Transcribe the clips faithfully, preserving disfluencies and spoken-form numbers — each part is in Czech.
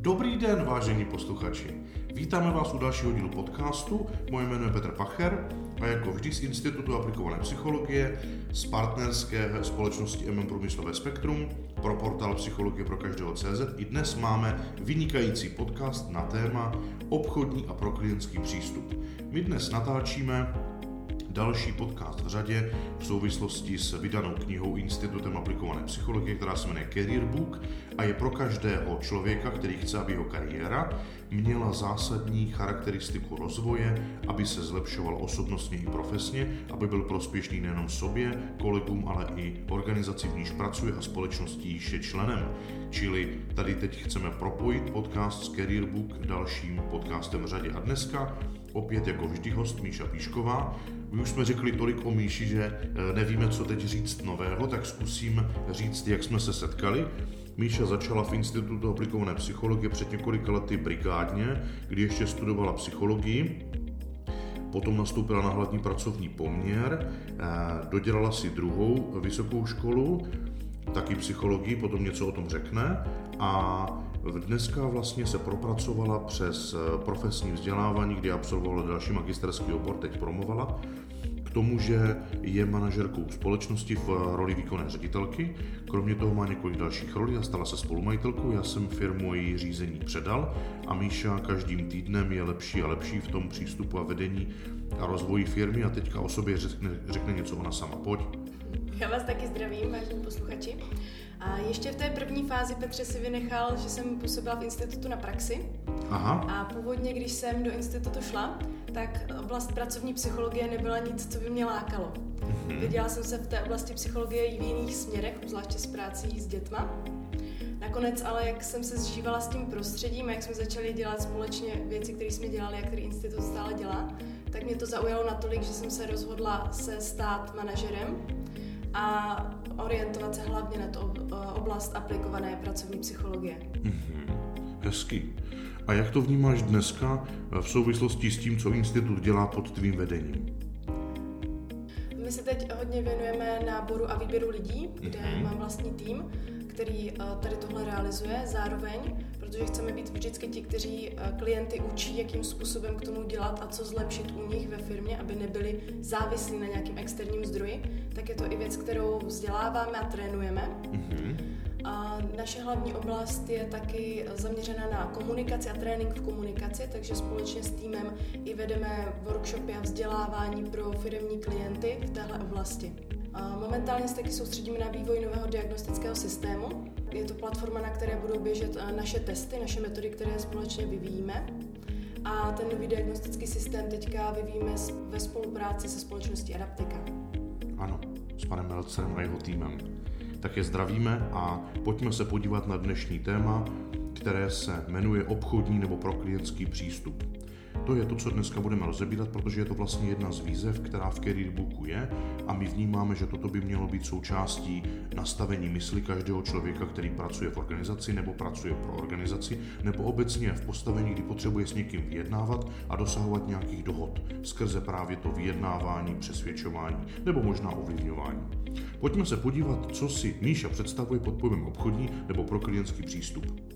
Dobrý den, vážení posluchači. Vítáme vás u dalšího dílu podcastu. Moje jméno je Petr Pacher a jako vždy z Institutu aplikované psychologie, z partnerské společnosti M M Průmyslové spektrum, pro portál Psychologie pro každého tečka cé zet i dnes máme vynikající podcast na téma obchodní a proklientský přístup. My dnes natáčíme další podcast v řadě v souvislosti s vydanou knihou Institutem aplikované psychologie, která se jmenuje Career Book a je pro každého člověka, který chce, aby jeho kariéra měla zásadní charakteristiku rozvoje, aby se zlepšoval osobnostně i profesně, aby byl prospěšný nejenom sobě, kolegům, ale i organizaci, v níž pracuje a společnosti, jíž je členem. Čili tady teď chceme propojit podcast s Career Book dalším podcastem v řadě. A dneska opět jako vždy host Míša Píšková. My už jsme řekli tolik o Míši, že nevíme, co teď říct nového, tak zkusím říct, jak jsme se setkali. Míša začala v Institutu aplikované psychologie před několika lety brigádně, kdy ještě studovala psychologii. Potom nastoupila na hlavní pracovní poměr, dodělala si druhou vysokou školu, taky psychologii, potom něco o tom řekne. A dneska vlastně se propracovala přes profesní vzdělávání, kdy absolvovala další magisterský obor, teď promovala, k tomu, že je manažerkou společnosti v roli výkonné ředitelky. Kromě toho má několik dalších rolí a stala se spolumajitelkou. Já jsem firmu její řízení předal a Míša každým týdnem je lepší a lepší v tom přístupu a vedení a rozvoji firmy a teďka o sobě řekne, řekne něco ona sama. Pojď. Já vás taky zdravím, vážení posluchači. A ještě v té první fázi, Petře, si vynechal, že jsem působila v institutu na praxi. Aha. A původně, když jsem do institutu šla, tak oblast pracovní psychologie nebyla nic, co by mě lákalo. Mm-hmm. Viděla jsem se v té oblasti psychologie i v jiných směrech, zvláště s prací s dětma. Nakonec ale, jak jsem se zžívala s tím prostředím a jak jsme začali dělat společně věci, které jsme dělali a který institut stále dělá, tak mě to zaujalo natolik, že jsem se rozhodla se stát manažerem a orientovat se hlavně na to oblast aplikované pracovní psychologie. Mm-hmm. Hezky. A jak to vnímáš dneska v souvislosti s tím, co institut dělá pod tvým vedením? My se teď hodně věnujeme náboru a výběru lidí, kde mm-hmm. mám vlastní tým, který tady tohle realizuje zároveň, protože chceme být vždycky ti, kteří klienty učí, jakým způsobem k tomu dělat a co zlepšit u nich ve firmě, aby nebyli závislí na nějakým externím zdroji, tak je to i věc, kterou vzděláváme a trénujeme. Mm-hmm. A naše hlavní oblast je taky zaměřena na komunikaci a trénink v komunikaci, takže společně s týmem i vedeme workshopy a vzdělávání pro firemní klienty v téhle oblasti. A momentálně se taky soustředíme na vývoj nového diagnostického systému. Je to platforma, na které budou běžet naše testy, naše metody, které společně vyvíjíme. A ten nový diagnostický systém teďka vyvíjíme ve spolupráci se společností Adaptika. Ano, s panem Melcerem a jeho týmem. Tak je zdravíme a pojďme se podívat na dnešní téma, které se jmenuje obchodní nebo proklientský přístup. To je to, co dneska budeme rozebírat, protože je to vlastně jedna z výzev, která v Career Booku je a my vnímáme, že toto by mělo být součástí nastavení mysli každého člověka, který pracuje v organizaci nebo pracuje pro organizaci, nebo obecně v postavení, kdy potřebuje s někým vyjednávat a dosahovat nějakých dohod skrze právě to vyjednávání, přesvědčování nebo možná ovlivňování. Pojďme se podívat, co si Míša představuje pod pojmem obchodní nebo proklientský přístup.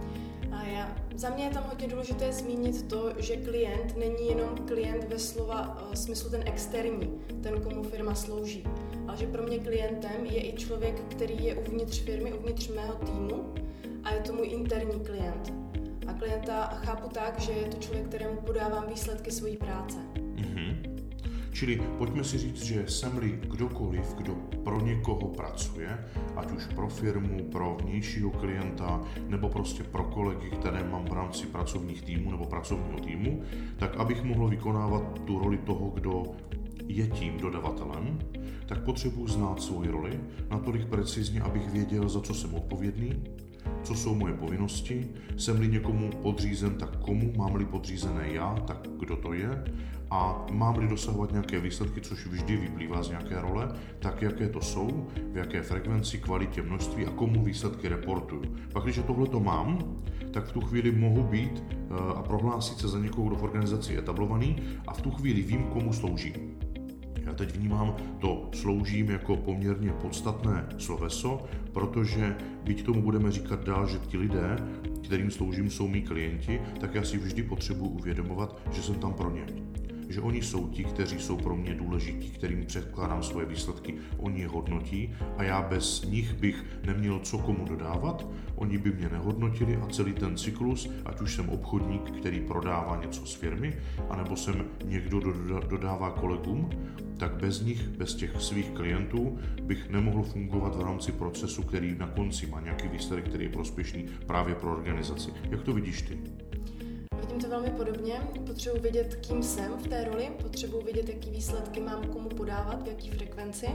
Za mě je tam hodně důležité zmínit to, že klient není jenom klient ve slova uh, smyslu ten externí, ten, komu firma slouží, ale že pro mě klientem je i člověk, který je uvnitř firmy, uvnitř mého týmu a je to můj interní klient. A klienta chápu tak, že je to člověk, kterému podávám výsledky svojí práce. Mm-hmm. Čili pojďme si říct, že jsem-li kdokoliv, kdo pro někoho pracuje, ať už pro firmu, pro vnějšího klienta, nebo prostě pro kolegy, které mám v rámci pracovních týmů nebo pracovního týmu, tak abych mohl vykonávat tu roli toho, kdo je tím dodavatelem, tak potřebuji znát svoji roli natolik precizně, abych věděl, za co jsem odpovědný, co jsou moje povinnosti, jsem-li někomu podřízen, tak komu, mám-li podřízené já, tak kdo to je a mám-li dosahovat nějaké výsledky, což vždy vyplývá z nějaké role, tak jaké to jsou, v jaké frekvenci, kvalitě, množství a komu výsledky reportuju. Pak, když tohleto mám, tak v tu chvíli mohu být a prohlásit se za někoho, kdo v organizaci je etablovaný a v tu chvíli vím, komu sloužím. Já teď vnímám to sloužím jako poměrně podstatné sloveso, protože byť tomu budeme říkat dál, že ti lidé, kterým sloužím, jsou mý klienti, tak já si vždy potřebuji uvědomovat, že jsem tam pro ně. Že oni jsou ti, kteří jsou pro mě důležití, kterým předkládám svoje výsledky, oni je hodnotí a já bez nich bych neměl co komu dodávat, oni by mě nehodnotili a celý ten cyklus, ať už jsem obchodník, který prodává něco z firmy, anebo jsem někdo, kdo dodává kolegům, tak bez nich, bez těch svých klientů bych nemohl fungovat v rámci procesu, který na konci má nějaký výsledek, který je prospěšný právě pro organizaci. Jak to vidíš ty? Vidím to velmi podobně. Potřebuji vědět, kým jsem v té roli, potřebuji vědět, jaký výsledky mám komu podávat, v jaký frekvenci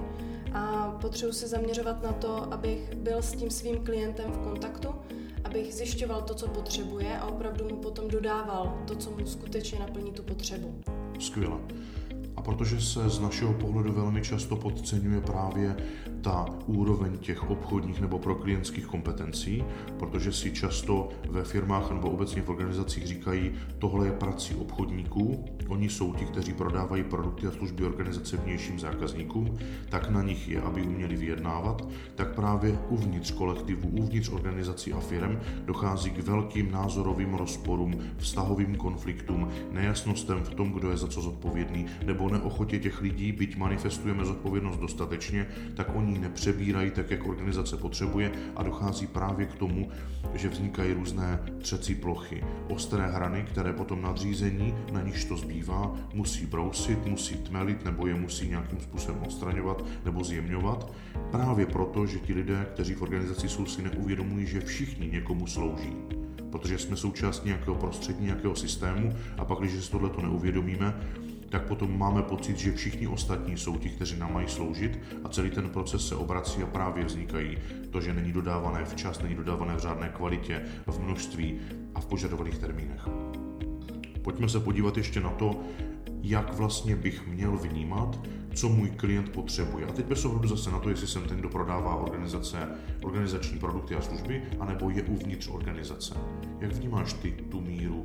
a potřebuji se zaměřovat na to, abych byl s tím svým klientem v kontaktu, abych zjišťoval to, co potřebuje a opravdu mu potom dodával to, co mu skutečně naplní tu potřebu. Skvěle. A protože se z našeho pohledu velmi často podceňuje právě ta úroveň těch obchodních nebo pro klientských kompetencí, protože si často ve firmách nebo obecně v organizacích říkají, tohle je prací obchodníků, oni jsou ti, kteří prodávají produkty a služby organizace vnějším zákazníkům, tak na nich je, aby uměli vyjednávat, tak právě uvnitř kolektivu, uvnitř organizací a firem dochází k velkým názorovým rozporům, vztahovým konfliktům, nejasnostem v tom, kdo je za co zodpovědný, nebo neochotě těch lidí, byť manifestujeme zodpovědnost dostatečně, tak oni ji nepřebírají tak, jak organizace potřebuje a dochází právě k tomu, že vznikají různé třecí plochy, ostré hrany, které potom nadřízení, na nichž to zbývá, musí brousit, musí tmelit nebo je musí nějakým způsobem odstraňovat nebo zjemňovat, právě proto, že ti lidé, kteří v organizaci jsou, si neuvědomují, že všichni někomu slouží. Protože jsme součástí nějakého prostředí, nějakého systému a pak, když si tohleto neuvědomíme, tak potom máme pocit, že všichni ostatní jsou ti, kteří nám mají sloužit a celý ten proces se obrací a právě vznikají to, že není dodávané včas, není dodávané v řádné kvalitě, v množství a v požadovaných termínech. Pojďme se podívat ještě na to, jak vlastně bych měl vnímat, co můj klient potřebuje. A teď bez ohledu zase na to, jestli jsem ten, kdo prodává organizace, organizační produkty a služby, anebo je uvnitř organizace. Jak vnímáš ty tu míru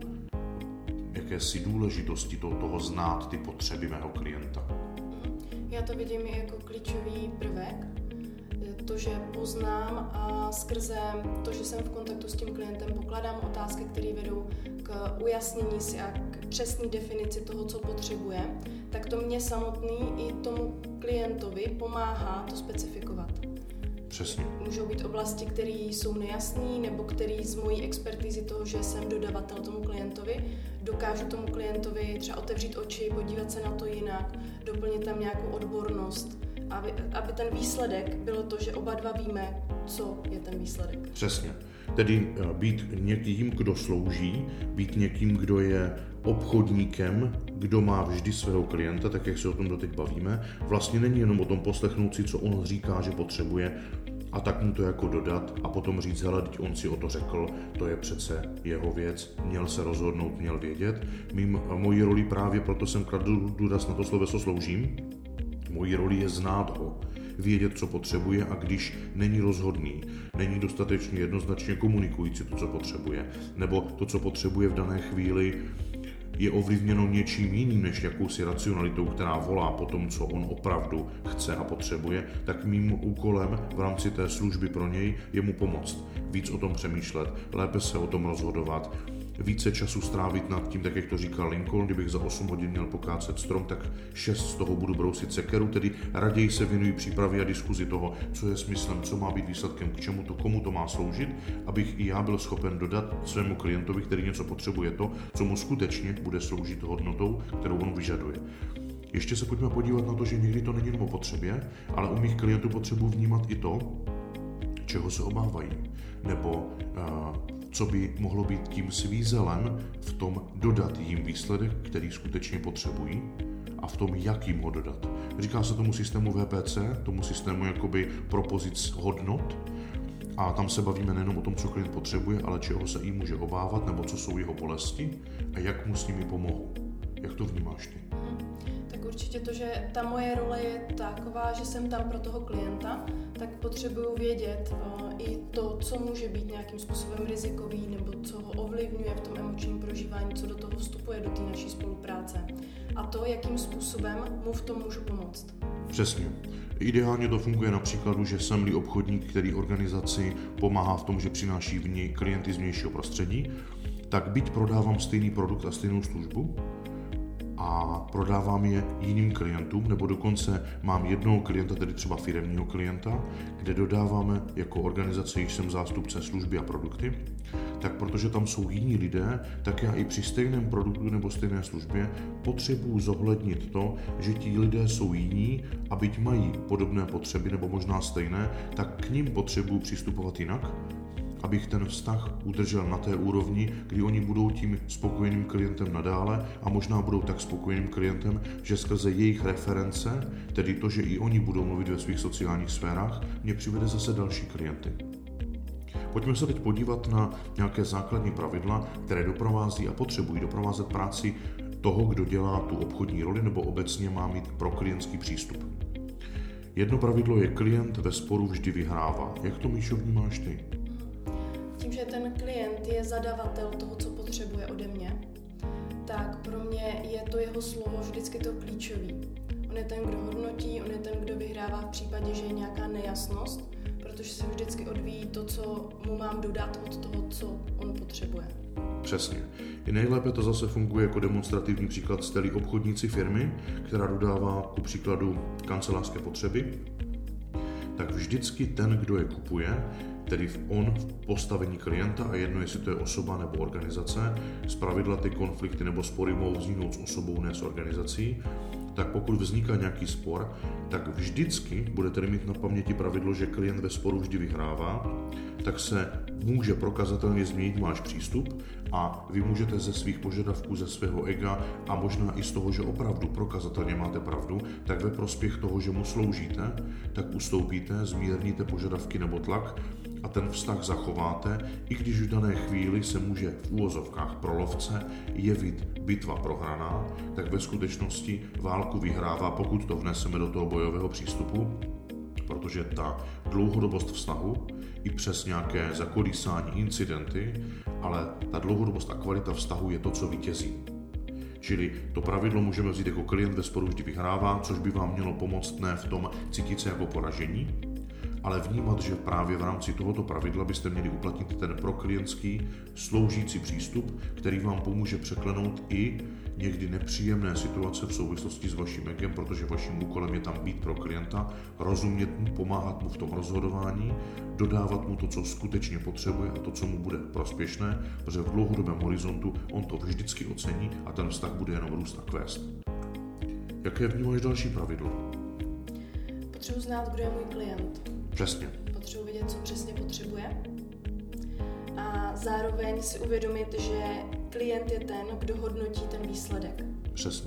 jakési důležitosti toho, toho znát ty potřeby mého klienta? Já to vidím jako klíčový prvek. To, že poznám a skrze to, že jsem v kontaktu s tím klientem, pokládám otázky, které vedou k ujasnění si a k přesné definici toho, co potřebuje, tak to mě samotný i tomu klientovi pomáhá to specifikovat. Přesně. Můžou být oblasti, které jsou nejasné, nebo které z mojí expertízy toho, že jsem dodavatel tomu klientovi, dokážu tomu klientovi třeba otevřít oči, podívat se na to jinak, doplnit tam nějakou odbornost, aby, aby ten výsledek bylo to, že oba dva víme, co je ten výsledek. Přesně. Tedy být někým, kdo slouží, být někým, kdo je obchodníkem, kdo má vždy svého klienta, tak jak se o tom doteď bavíme, vlastně není jenom o tom poslechnout si, co on říká, že potřebuje, a tak mu to jako dodat a potom říct, hele, teď on si o to řekl, to je přece jeho věc, měl se rozhodnout, měl vědět. Mým, mojí roli právě proto jsem kladl důraz na to sloveso sloužím. Mojí roli je znát ho, vědět, co potřebuje a když není rozhodný, není dostatečně jednoznačně komunikující to, co potřebuje, nebo to, co potřebuje v dané chvíli, je ovlivněno něčím jiným než jakousi racionalitou, která volá po tom, co on opravdu chce a potřebuje, tak mým úkolem v rámci té služby pro něj je mu pomoct, víc o tom přemýšlet, lépe se o tom rozhodovat, více času strávit nad tím, tak jak to říkal Lincoln, kdybych za osm hodin měl pokácet strom, tak šest z toho budu brousit sekeru, tedy raději se věnuji přípravě a diskuzi toho, co je smyslem, co má být výsledkem, k čemu to, komu to má sloužit, abych i já byl schopen dodat svému klientovi, který něco potřebuje, to, co mu skutečně bude sloužit hodnotou, kterou on vyžaduje. Ještě se pojďme podívat na to, že někdy to není jenom o potřebě, ale u mých klientů potřebuji vnímat i to, čeho se obávají, nebo uh, co by mohlo být tím svízelem v tom dodat jim výsledek, který skutečně potřebují a v tom, jak jim ho dodat. Říká se tomu systému V P C, tomu systému jakoby propozic hodnot a tam se bavíme nejenom o tom, co klient potřebuje, ale čeho se jí může obávat nebo co jsou jeho bolesti a jak mu s nimi pomohu. Jak to vnímáš ty? Tak určitě to, že ta moje role je taková, že jsem tam pro toho klienta, tak potřebuju vědět uh, i to, co může být nějakým způsobem rizikový, nebo co ho ovlivňuje v tom emočním prožívání, co do toho vstupuje do té naší spolupráce. A to, jakým způsobem mu v tom můžu pomoct. Přesně. Ideálně to funguje na příkladu, že jsem-li obchodník, který organizaci pomáhá v tom, že přináší v ní klienty z vnějšího prostředí, tak byť prodávám stejný produkt a stejnou službu a prodávám je jiným klientům, nebo dokonce mám jednoho klienta, tedy třeba firemního klienta, kde dodáváme jako organizace, již jsem zástupce služby a produkty, tak protože tam jsou jiní lidé, tak já i při stejném produktu nebo stejné službě potřebuji zohlednit to, že ti lidé jsou jiní a byť mají podobné potřeby nebo možná stejné, tak k nim potřebuji přistupovat jinak, abych ten vztah udržel na té úrovni, kdy oni budou tím spokojeným klientem nadále a možná budou tak spokojeným klientem, že skrze jejich reference, tedy to, že i oni budou mluvit ve svých sociálních sférách, mě přivede zase další klienty. Pojďme se teď podívat na nějaké základní pravidla, které doprovází a potřebují doprovázet práci toho, kdo dělá tu obchodní roli nebo obecně má mít pro klientský přístup. Jedno pravidlo je: klient ve sporu vždy vyhrává. Jak to, Míšo, vnímáš ty? Tím, že ten klient je zadavatel toho, co potřebuje ode mě, tak pro mě je to jeho slovo vždycky to klíčový. On je ten, kdo hodnotí, on je ten, kdo vyhrává v případě, že je nějaká nejasnost, protože se vždycky odvíjí to, co mu mám dodat od toho, co on potřebuje. Přesně. I nejlépe to zase funguje jako demonstrativní příklad steli obchodníci firmy, která dodává ku příkladu kancelářské potřeby, tak vždycky ten, kdo je kupuje, tedy on v postavení klienta, a jedno, jestli to je osoba nebo organizace, zpravidla ty konflikty nebo spory mohou vzniknout s osobou, ne s organizací, tak pokud vzniká nějaký spor, tak vždycky budete mít na paměti pravidlo, že klient ve sporu vždy vyhrává, tak se může prokazatelně změnit váš přístup a vy můžete ze svých požadavků, ze svého ega a možná i z toho, že opravdu prokazatelně máte pravdu, tak ve prospěch toho, že mu sloužíte, tak ustoupíte, zmírníte požadavky nebo tlak a ten vztah zachováte, i když v dané chvíli se může v úvozovkách pro lovce jevit bitva prohraná, tak ve skutečnosti válku vyhrává, pokud to vneseme do toho bojového přístupu, protože ta dlouhodobost vztahu i přes nějaké zakolísání, incidenty, ale ta dlouhodobost a kvalita vztahu je to, co vítězí. Čili to pravidlo můžeme vzít jako klient ve sporu vždy vyhrává, což by vám mělo pomoct ne v tom cítit se jako poražení, ale vnímat, že právě v rámci tohoto pravidla byste měli uplatnit ten proklientský sloužící přístup, který vám pomůže překlenout i někdy nepříjemné situace v souvislosti s vaším egem, protože vaším úkolem je tam být pro klienta, rozumět mu, pomáhat mu v tom rozhodování, dodávat mu to, co skutečně potřebuje a to, co mu bude prospěšné, protože v dlouhodobém horizontu on to vždycky ocení a ten vztah bude jenom růst a kvést. Jaké vnímáš další pravidlo? Potřebuji znát, kdo je můj klient. Přesně. Potřebuji vědět, co přesně potřebuje. A zároveň si uvědomit, že klient je ten, kdo hodnotí ten výsledek. Přesně.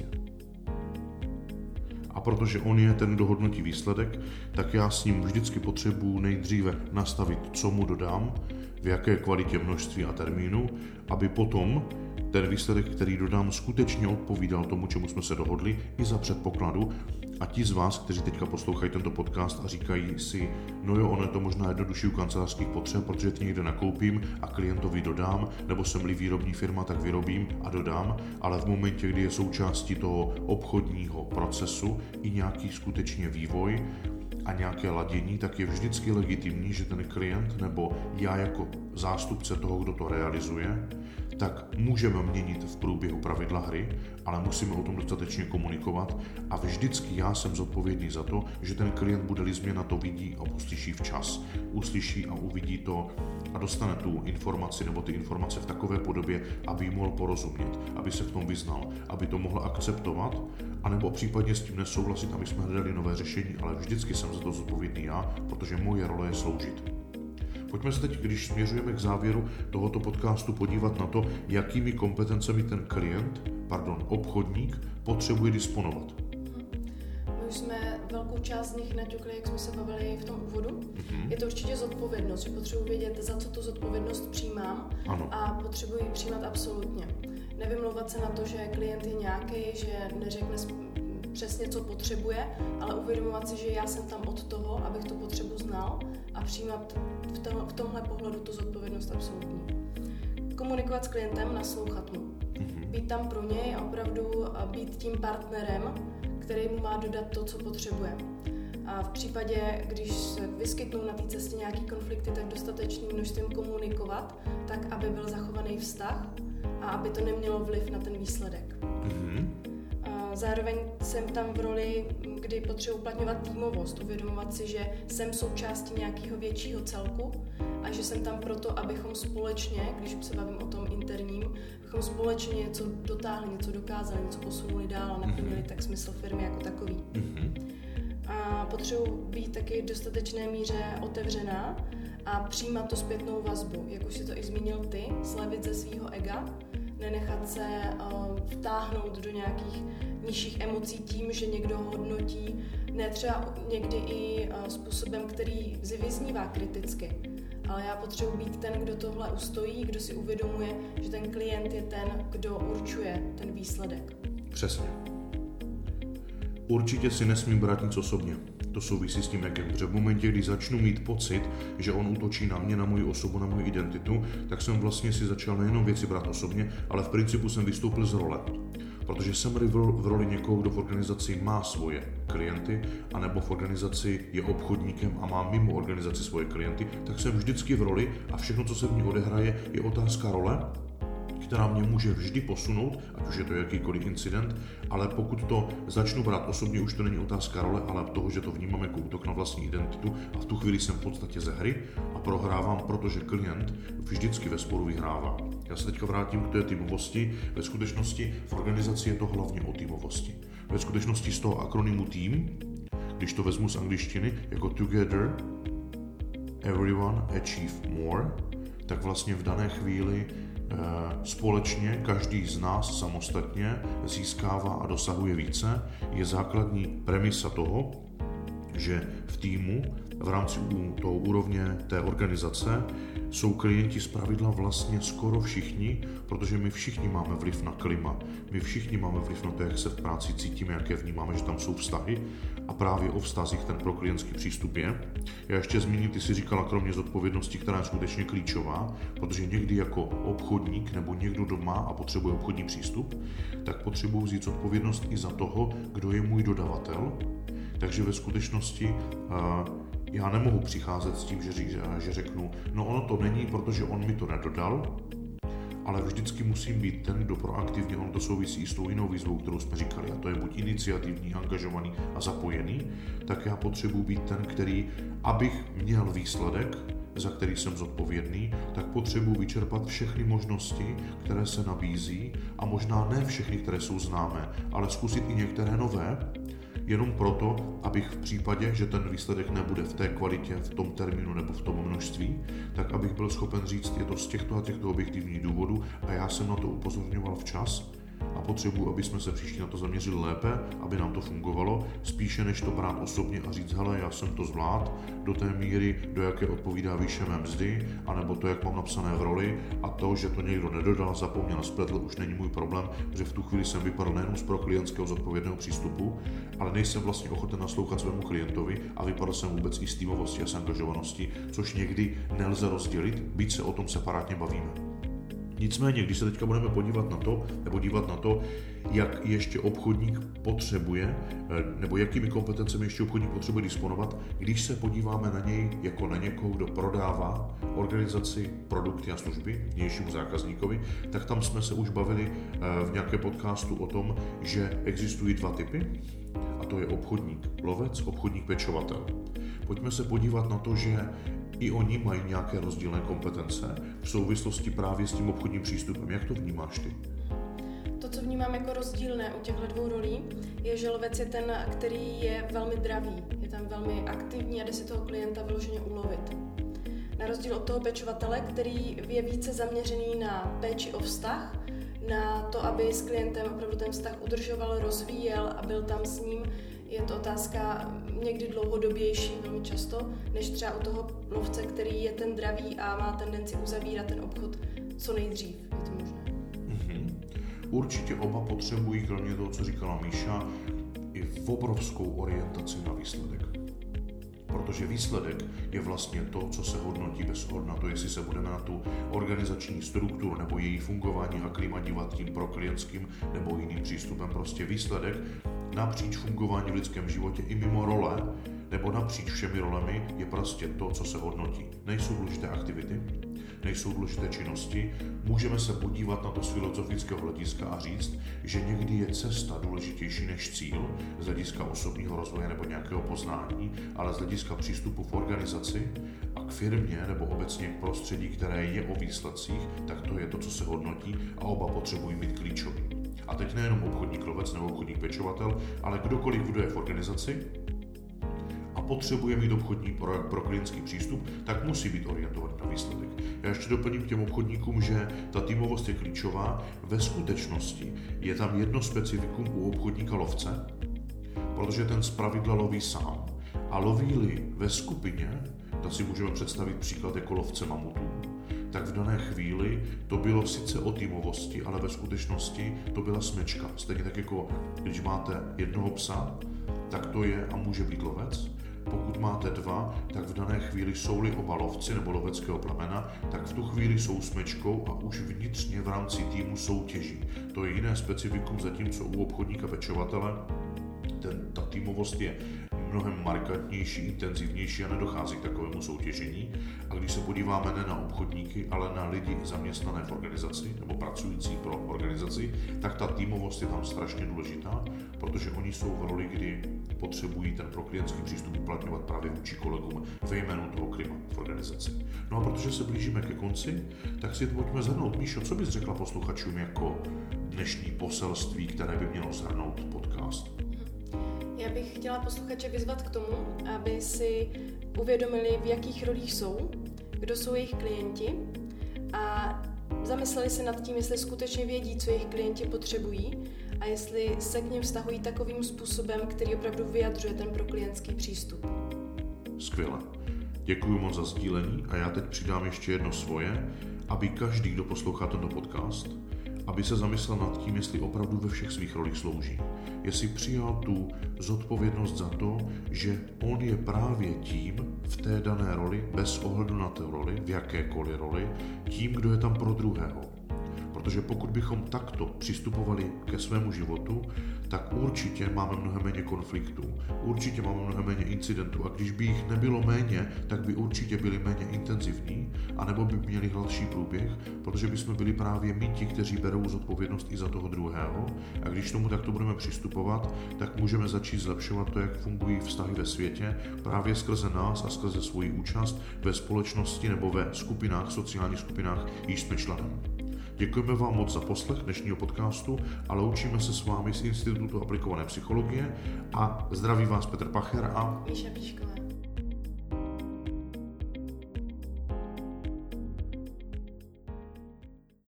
A protože on je ten, kdo hodnotí výsledek, tak já s ním vždycky potřebuji nejdříve nastavit, co mu dodám, v jaké kvalitě, množství a termínu, aby potom ten výsledek, který dodám, skutečně odpovídal tomu, čemu jsme se dohodli, i za předpokladu. A ti z vás, kteří teďka poslouchají tento podcast a říkají si, no jo, ono je to možná jednodušší u kancelářských potřeb, protože ty někde nakoupím a klientovi dodám, nebo jsem-li výrobní firma, tak vyrobím a dodám, ale v momentě, kdy je součástí toho obchodního procesu i nějaký skutečně vývoj a nějaké ladění, tak je vždycky legitimní, že ten klient nebo já jako zástupce toho, kdo to realizuje, tak můžeme měnit v průběhu pravidla hry, ale musíme o tom dostatečně komunikovat a vždycky já jsem zodpovědný za to, že ten klient, bude-li změna, to vidí a uslyší včas. Uslyší a uvidí to a dostane tu informaci nebo ty informace v takové podobě, aby jí mohl porozumět, aby se v tom vyznal, aby to mohl akceptovat, anebo případně s tím nesouhlasit, aby jsme hledali nové řešení, ale vždycky jsem za to zodpovědný já, protože moje role je sloužit. Pojďme se teď, když směřujeme k závěru tohoto podcastu, podívat na to, jakými kompetencemi ten klient, pardon, obchodník, potřebuje disponovat. My už jsme velkou část z nich naťukli, jak jsme se bavili v tom úvodu. Mm-hmm. Je to určitě zodpovědnost, že potřebuji vědět, za co tu zodpovědnost přijímám. Ano. A potřebuji ji přijímat absolutně. nevymlouvat se na to, že klient je nějaký, že neřekne přesně, co potřebuje, ale uvědomovat si, že já jsem tam od toho, abych tu potřebu znal a přijímat v, tom, v tomhle pohledu tu zodpovědnost absolutní. Komunikovat s klientem, naslouchat mu. Být tam pro něj a opravdu být tím partnerem, který mu má dodat to, co potřebuje. A v případě, když se vyskytnou na té cestě nějaký konflikty, tak dostatečným množstvím komunikovat, tak aby byl zachovaný vztah a aby to nemělo vliv na ten výsledek. Mm-hmm. A zároveň jsem tam v roli, kdy potřebuji uplatňovat týmovost, uvědomovat si, že jsem součástí nějakého většího celku a že jsem tam proto, abychom společně, když se bavím o tom interním, abychom společně něco dotáhli, něco dokázali, něco posunuli dál a naplnili tak smysl firmy jako takový. Mm-hmm. A potřebuji být taky v dostatečné míře otevřená a přijímat tu zpětnou vazbu, jak už si to i zmínil ty, slevit ze svýho ega, nenechat se uh, vtáhnout do nějakých nižších emocí tím, že někdo hodnotí, ne třeba někdy i uh, způsobem, který vyznívá kriticky, ale já potřebuji být ten, kdo tohle ustojí, kdo si uvědomuje, že ten klient je ten, kdo určuje ten výsledek. Přesně. Určitě si nesmím brát nic osobně. To souvisí s tím egem, protože v momentě, kdy začnu mít pocit, že on útočí na mě, na moji osobu, na moji identitu, tak jsem vlastně si začal nejenom věci brát osobně, ale v principu jsem vystoupil z role. Protože jsem v roli někoho, kdo v organizaci má svoje klienty, anebo v organizaci je obchodníkem a má mimo organizaci svoje klienty, tak jsem vždycky v roli a všechno, co se v ní odehraje, je otázka role, která mě může vždy posunout, ať už je to jakýkoliv incident, ale pokud to začnu brát osobně, už to není otázka role, ale toho, že to vnímám jako útok na vlastní identitu a v tu chvíli jsem v podstatě ze hry a prohrávám, protože klient vždycky ve sporu vyhrává. Já se teďka vrátím k té týmovosti. Ve skutečnosti v organizaci je to hlavně o týmovosti. Ve skutečnosti z toho akronymu tým, když to vezmu z angličtiny, jako together, everyone achieve more, tak vlastně v dané chvíli společně každý z nás samostatně získává a dosahuje více, je základní premisa toho, že v týmu v rámci toho úrovně té organizace jsou klienti zpravidla vlastně skoro všichni, protože my všichni máme vliv na klima, my všichni máme vliv na to, jak se v práci cítíme, jak je vnímáme, že tam jsou vztahy a právě o vztazích ten proklientský přístup je. Já ještě zmíním, ty si říkala, kromě zodpovědnosti, která je skutečně klíčová, protože někdy jako obchodník nebo někdo doma a potřebuje obchodní přístup, tak potřebuji vzít zodpovědnost i za toho, kdo je můj dodavatel. Takže ve skutečnosti uh, já nemohu přicházet s tím, že, že, že řeknu, no ono to není, protože on mi to nedodal, ale vždycky musím být ten, kdo proaktivně, on to souvisí s tou jinou výzvou, kterou jsme říkali, a to je buď iniciativní, angažovaný a zapojený, tak já potřebuji být ten, který, abych měl výsledek, za který jsem zodpovědný, tak potřebuji vyčerpat všechny možnosti, které se nabízí a možná ne všechny, které jsou známé, ale zkusit i některé nové, jenom proto, abych v případě, že ten výsledek nebude v té kvalitě, v tom termínu nebo v tom množství, tak abych byl schopen říct, je to z těchto a těchto objektivních důvodů a já jsem na to upozorňoval včas a potřebuji, aby jsme se příště na to zaměřili lépe, aby nám to fungovalo, spíše než to brát osobně a říct, hele, já jsem to zvlád do té míry, do jaké odpovídá výše mé mzdy, anebo to, jak mám napsané v roli a to, že to někdo nedodal, zapomněl, spletl, už není můj problém, že v tu chvíli jsem vypadl nejenom z proklientského zodpovědného přístupu, ale nejsem vlastně ochoten naslouchat svému klientovi a vypadl jsem vůbec i z týmovosti a z angažovanosti, což někdy nelze rozdělit, byť se o tom separátně bavíme. Nicméně, když se teďka budeme podívat na to, nebo dívat na to, jak ještě obchodník potřebuje, nebo jakými kompetencemi ještě obchodník potřebuje disponovat, když se podíváme na něj jako na někoho, kdo prodává organizaci, produkty a služby vnějšímu zákazníkovi, tak tam jsme se už bavili v nějakém podcastu o tom, že existují dva typy, a to je obchodník lovec, obchodník pečovatel. Pojďme se podívat na to, že i oni mají nějaké rozdílné kompetence v souvislosti právě s tím obchodním přístupem. Jak to vnímáš ty? To, co vnímám jako rozdílné u těchto dvou rolí, je, že lovec je ten, který je velmi dravý, je tam velmi aktivní a jde si toho klienta vyloženě ulovit. Na rozdíl od toho pečovatele, který je více zaměřený na péči o vztah, na to, aby s klientem opravdu ten vztah udržoval, rozvíjel a byl tam s ním. Je to otázka někdy dlouhodobější, velmi často, než třeba u toho lovce, který je ten dravý a má tendenci uzavírat ten obchod co nejdřív. Je to možné. Mm-hmm. Určitě oba potřebují, kromě toho, co říkala Míša, i obrovskou orientaci na výsledek. Protože výsledek je vlastně to, co se hodnotí bez ohledu na to, jestli se budeme na tu organizační strukturu nebo její fungování a klima dívat tím proklientským nebo jiným přístupem. Prostě výsledek napříč fungování v lidském životě i mimo role nebo napříč všemi rolemi je prostě to, co se hodnotí. Nejsou důležité aktivity, nejsou důležité činnosti. Můžeme se podívat na to z filozofického hlediska a říct, že někdy je cesta důležitější než cíl z hlediska osobního rozvoje nebo nějakého poznání, ale z hlediska přístupu v organizaci a k firmě nebo obecně k prostředí, které je o výsledcích, tak to je to, co se hodnotí a oba potřebují být klíčový. A teď nejenom obchodník lovec nebo obchodník pečovatel, ale kdokoliv, kdo je v organizaci a potřebuje mít obchodní pro, pro klientský přístup, tak musí být orientovaný na výsledek. Já ještě doplním k těm obchodníkům, že ta týmovost je klíčová. Ve skutečnosti je tam jedno specifikum u obchodníka lovce, protože ten zpravidla loví sám. A loví-li ve skupině, tak si můžeme představit příklad jako lovce mamutů, tak v dané chvíli to bylo sice o týmovosti, ale ve skutečnosti to byla smečka. Stejně tak jako když máte jednoho psa, tak to je a může být lovec. Pokud máte dva, tak v dané chvíli jsou-li oba lovci nebo loveckého plemena, tak v tu chvíli jsou smečkou a už vnitřně v rámci týmu soutěží. To je jiné specifikum, zatímco u obchodníka pečovatele ten, ta týmovost je mnohem markantnější, intenzivnější a nedochází k takovému soutěžení. A když se podíváme ne na obchodníky, ale na lidi zaměstnané v organizaci nebo pracující pro organizaci, tak ta týmovost je tam strašně důležitá, protože oni jsou v roli, kdy potřebují ten proklientský přístup uplatňovat právě vůči kolegům ve jménu toho klima v organizaci. No a protože se blížíme ke konci, tak si pojďme shrnout. Míšo, co bys řekla posluchačům jako dnešní poselství, které by mělo shrnout podcast? Já bych chtěla posluchače vyzvat k tomu, aby si uvědomili, v jakých rolích jsou, kdo jsou jejich klienti a zamysleli se nad tím, jestli skutečně vědí, co jejich klienti potřebují a jestli se k nim vztahují takovým způsobem, který opravdu vyjadřuje ten proklientský přístup. Skvěle. Děkuji moc za sdílení a já teď přidám ještě jedno svoje, aby každý, kdo poslouchá tento podcast, aby se zamyslel nad tím, jestli opravdu ve všech svých rolích slouží. Jestli přijal tu zodpovědnost za to, že on je právě tím v té dané roli, bez ohledu na té roli, v jakékoliv roli, tím, kdo je tam pro druhého. Protože pokud bychom takto přistupovali ke svému životu, tak určitě máme mnohem méně konfliktů, určitě máme mnohem méně incidentů a když by jich nebylo méně, tak by určitě byly méně intenzivní, anebo by měli hladší průběh, protože bychom byli právě my ti, kteří berou zodpovědnost i za toho druhého a když tomu takto budeme přistupovat, tak můžeme začít zlepšovat to, jak fungují vztahy ve světě, právě skrze nás a skrze svoji účast ve společnosti nebo ve skupinách, sociálních skupinách, již jsme členem. Děkujeme vám moc za poslech dnešního podcastu a loučíme se s vámi z Institutu aplikované psychologie a zdraví vás Petr Pacher a Míša Píšková.